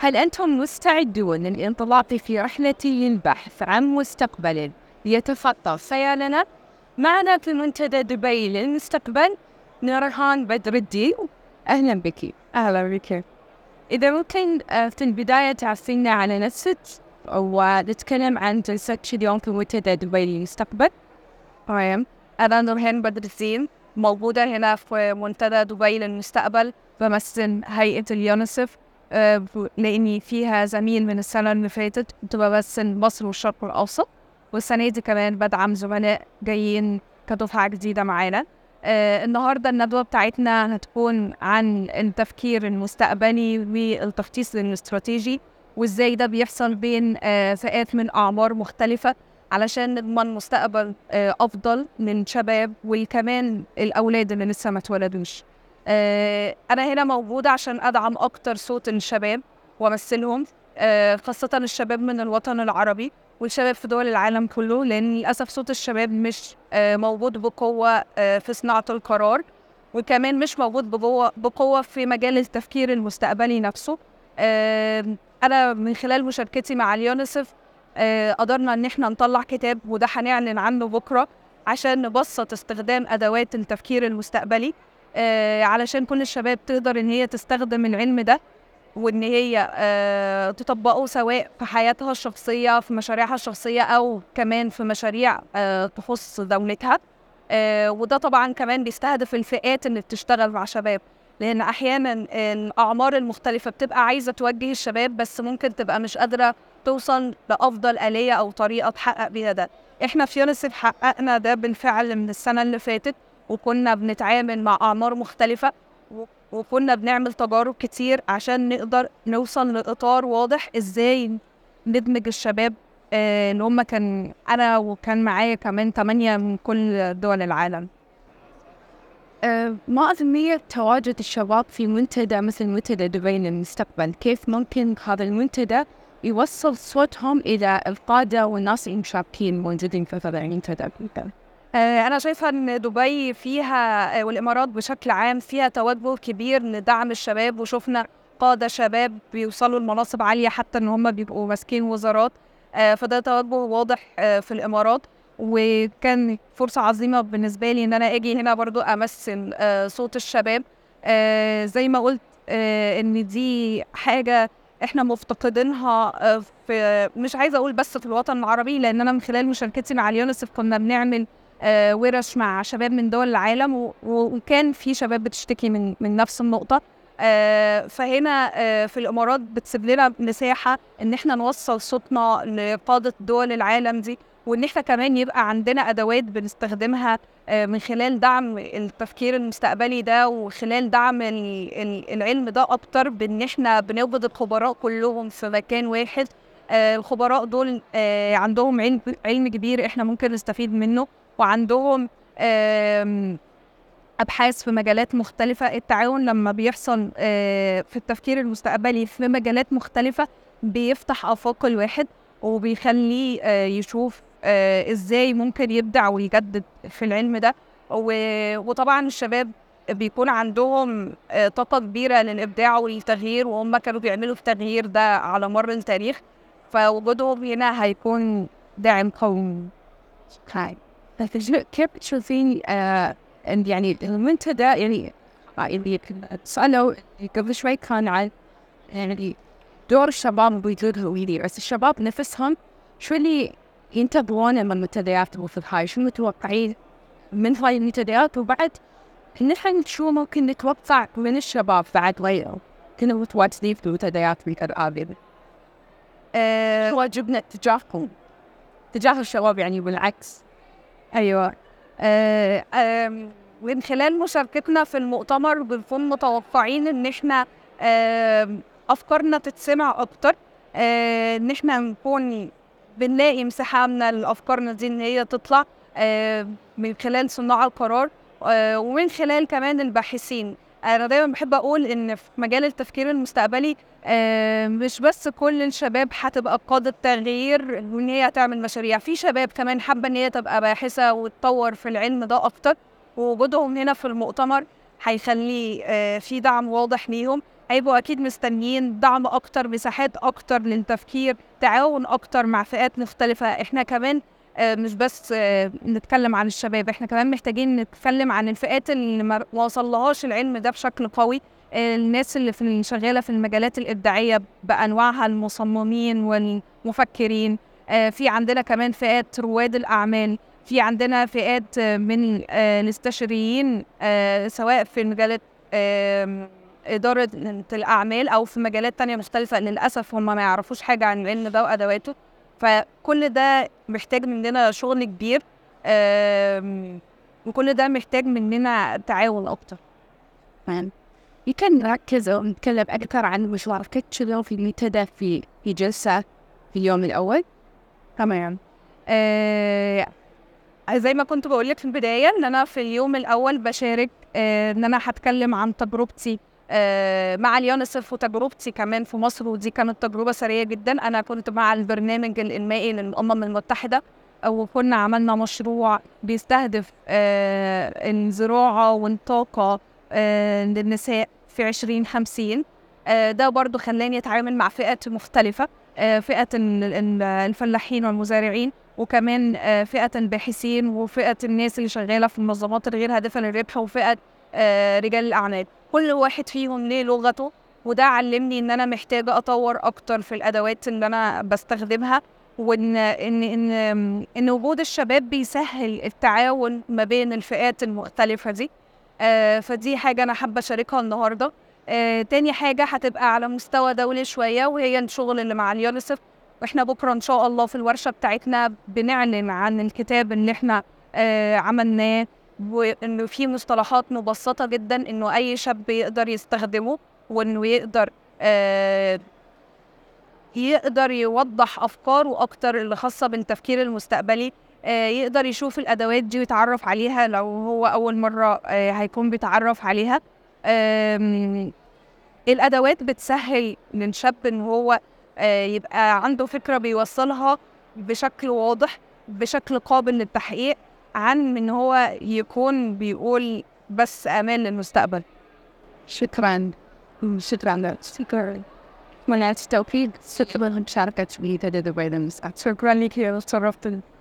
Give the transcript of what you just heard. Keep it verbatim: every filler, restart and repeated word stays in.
هل أنتم مستعدون للانطلاق في رحلة للبحث عن مستقبل يتخطى خيالنا؟ معنا في منتدى دبي للمستقبل نورهان بدر الدين. أهلا بك. أهلا بك. إذا ممكن في البداية تعرفينا على نفسك ونتكلم عن جلستك اليوم في منتدى دبي للمستقبل. تمام. أنا نورهان بدر الدين، موجودة هنا في منتدى دبي للمستقبل، بمثل هيئة اليونيسف أه لأني فيها زميل من السنة اللي فاتت كنت بمثل مصر والشرق الأوسط، والسنة دي كمان بدعم زملاء جايين كدفعة جديدة معانا. أه النهاردة الندوة بتاعتنا هتكون عن التفكير المستقبلي والتخطيط الاستراتيجي، وإزاي ده بيحصل بين أه فئات من أعمار مختلفة علشان نضمن مستقبل أه أفضل للشباب وكمان الأولاد اللي لسه ما اتولدوش. أه أنا هنا موجودة عشان أدعم أكتر صوت الشباب وأمثلهم، أه خاصة الشباب من الوطن العربي والشباب في دول العالم كله، لأن للأسف صوت الشباب مش أه موجود بقوة أه في صناعة القرار، وكمان مش موجود بقوة, بقوة في مجال التفكير المستقبلي نفسه. أه أنا من خلال مشاركتي مع اليونيسف أه قدرنا إن احنا نطلع كتاب، وده هنعلن عنه بكرة عشان نبسط استخدام أدوات التفكير المستقبلي، آه علشان كل الشباب تقدر ان هي تستخدم العلم ده وان هي آه تطبقه سواء في حياتها الشخصية، في مشاريعها الشخصية، او كمان في مشاريع آه تخص دولتها. آه وده طبعا كمان بيستهدف الفئات اللي بتشتغل مع شباب، لان احيانا الاعمار المختلفة بتبقى عايزة توجه الشباب بس ممكن تبقى مش قادرة توصل لأفضل آلية أو طريقة تحقق بيها ده. احنا في يونيسف حققنا ده بالفعل من السنة اللي فاتت، وكنا بنتعامل مع أعمار مختلفة وكنا بنعمل تجارب كتير عشان نقدر نوصل لإطار واضح إزاي ندمج الشباب آه اللي هم كان أنا وكان معايا كمان ثمانية من كل دول العالم. أه ما أهمية تواجد الشباب في منتدى مثل منتدى دبي للمستقبل؟ كيف ممكن هذا المنتدى يوصل صوتهم إلى القادة والناس المشاركين موجودين في هذا المنتدى؟ أنا شايفة أن دبي فيها والإمارات بشكل عام فيها توجه كبير لدعم الشباب، وشفنا قادة شباب بيوصلوا لمناصب عالية حتى أن هم بيبقوا ماسكين وزارات، فده توجه واضح في الإمارات، وكان فرصة عظيمة بالنسبة لي أن أنا أجي هنا برضو أمثل صوت الشباب. زي ما قلت أن دي حاجة احنا مفتقدينها في، مش عايزة أقول بس في الوطن العربي، لأن أنا من خلال مشاركتي مع اليونيسف كنا بنعمل آه ورش مع شباب من دول العالم، وكان في شباب بتشتكي من من نفس النقطة. آه فهنا آه في الإمارات بتسيب لنا مساحة إن احنا نوصل صوتنا لقادة دول العالم دي، وإن احنا كمان يبقى عندنا أدوات بنستخدمها آه من خلال دعم التفكير المستقبلي ده، وخلال دعم العلم ده أكتر، بإن احنا بنوجد الخبراء كلهم في مكان واحد. آه الخبراء دول آه عندهم علم علم كبير احنا ممكن نستفيد منه، وعندهم أبحاث في مجالات مختلفة. التعاون لما بيحصل في التفكير المستقبلي في مجالات مختلفة بيفتح آفاق الواحد وبيخليه يشوف إزاي ممكن يبدع ويجدد في العلم ده. وطبعا الشباب بيكون عندهم طاقة كبيرة للإبداع والتغيير، وهم كانوا بيعملوا التغيير ده على مر التاريخ، فوجودهم هنا هيكون داعم قوي. هاي كيف تشوفين آه يعني المنتدى؟ يعني اللي سألوا قبل شوي كان عن يعني دور الشباب بوجود هوية، بس الشباب نفسهم شو اللي ينتظرونه من المنتديات مثل هاي؟ شو متوقعين من هاي المنتديات؟ وبعد نحن شو ممكن نتوقع من الشباب بعد غيره كنا متواجدين في المنتديات بالكرامة؟ أه شو واجبنا تجاههم تجاه الشباب يعني بالعكس؟ أيوة. أه أه من خلال مشاركتنا في المؤتمر بنكون متوقعين ان احنا أه افكارنا تتسمع اكتر، أه ان احنا نكون بنلاقي مساحة من الافكارنا دي ان هي تطلع أه من خلال صناع القرار أه ومن خلال كمان الباحثين. انا دايما بحب اقول ان في مجال التفكير المستقبلي آه مش بس كل الشباب هتبقى قادة تغيير وان هي تعمل مشاريع، في شباب كمان حابة ان هي تبقى باحثة وتطور في العلم ده اكتر، ووجودهم هنا في المؤتمر هيخلي آه في دعم واضح ليهم. هيبقوا أكيد مستنيين دعم أكتر، مساحات أكتر للتفكير، تعاون أكتر مع فئات مختلفة. إحنا كمان آه، مش بس آه، نتكلم عن الشباب، إحنا كمان محتاجين نتكلم عن الفئات اللي ما وصلهاش العلم ده بشكل قوي، آه، الناس اللي في شغالة في المجالات الإبداعية بأنواعها، المصممين والمفكرين. آه، في عندنا كمان فئات رواد الأعمال، في عندنا فئات آه، من آه، الاستشاريين، آه، سواء في مجالات آه، إدارة الأعمال أو في مجالات تانية مختلفة. للأسف هم ما يعرفوش حاجة عن العلم ده وأدواته، فكل ده محتاج مننا شغل كبير، وكل ده محتاج مننا تعاون أكتر. تمام. يمكن نركز أو نتكلم أكثر عن مشاركتك في المنتدى في في جلسة في اليوم الأول. تمام. آه زي ما كنت بقولك في البداية، إن أنا في اليوم الأول بشارك آه إن أنا هتكلم عن تجربتي آه مع اليونيسف، وتجربتي كمان في مصر، ودي كانت تجربة سرية جدا. أنا كنت مع البرنامج الإنمائي للأمم المتحدة، وكنا عملنا مشروع بيستهدف آه الزراعة والطاقة آه للنساء في عشرين خمسين. آه ده برضو خلاني أتعامل مع فئات مختلفة، آه فئة الفلاحين والمزارعين، وكمان آه فئة الباحثين، وفئة الناس اللي شغالة في المنظمات الغير هادفة للربح، وفئة آه رجال الأعمال. كل واحد فيهم ليه لغته، وده علمني إن أنا محتاجة أطور أكتر في الأدوات اللي أنا بستخدمها، وإن إن إن إن وجود الشباب بيسهل التعاون ما بين الفئات المختلفة دي. آه فدي حاجة أنا حابة أشاركها النهاردة. آه تاني حاجة هتبقى على مستوى دولي شوية، وهي الشغل اللي مع اليونيسف. واحنا بكرة إن شاء الله في الورشة بتاعتنا بنعلن عن الكتاب اللي احنا آه عملناه، وإنه في مصطلحات مبسطة جدا إنه أي شاب يقدر يستخدمه، وإنه يقدر آه يقدر يوضح أفكاره أكتر اللي خاصة بالتفكير المستقبلي. آه يقدر يشوف الأدوات دي ويتعرف عليها لو هو أول مرة آه هيكون بيتعرف عليها. آه الأدوات بتسهل للشاب إن هو آه يبقى عنده فكرة بيوصلها بشكل واضح، بشكل قابل للتحقيق، عن إن هو يكون بيقول بس آمال للمستقبل. شكرا شكرا لك. شكرا. أتمنى التوفيق. شكرا لمشاركتك في هذا البرنامج. شكرا لك يا، اتشرفت.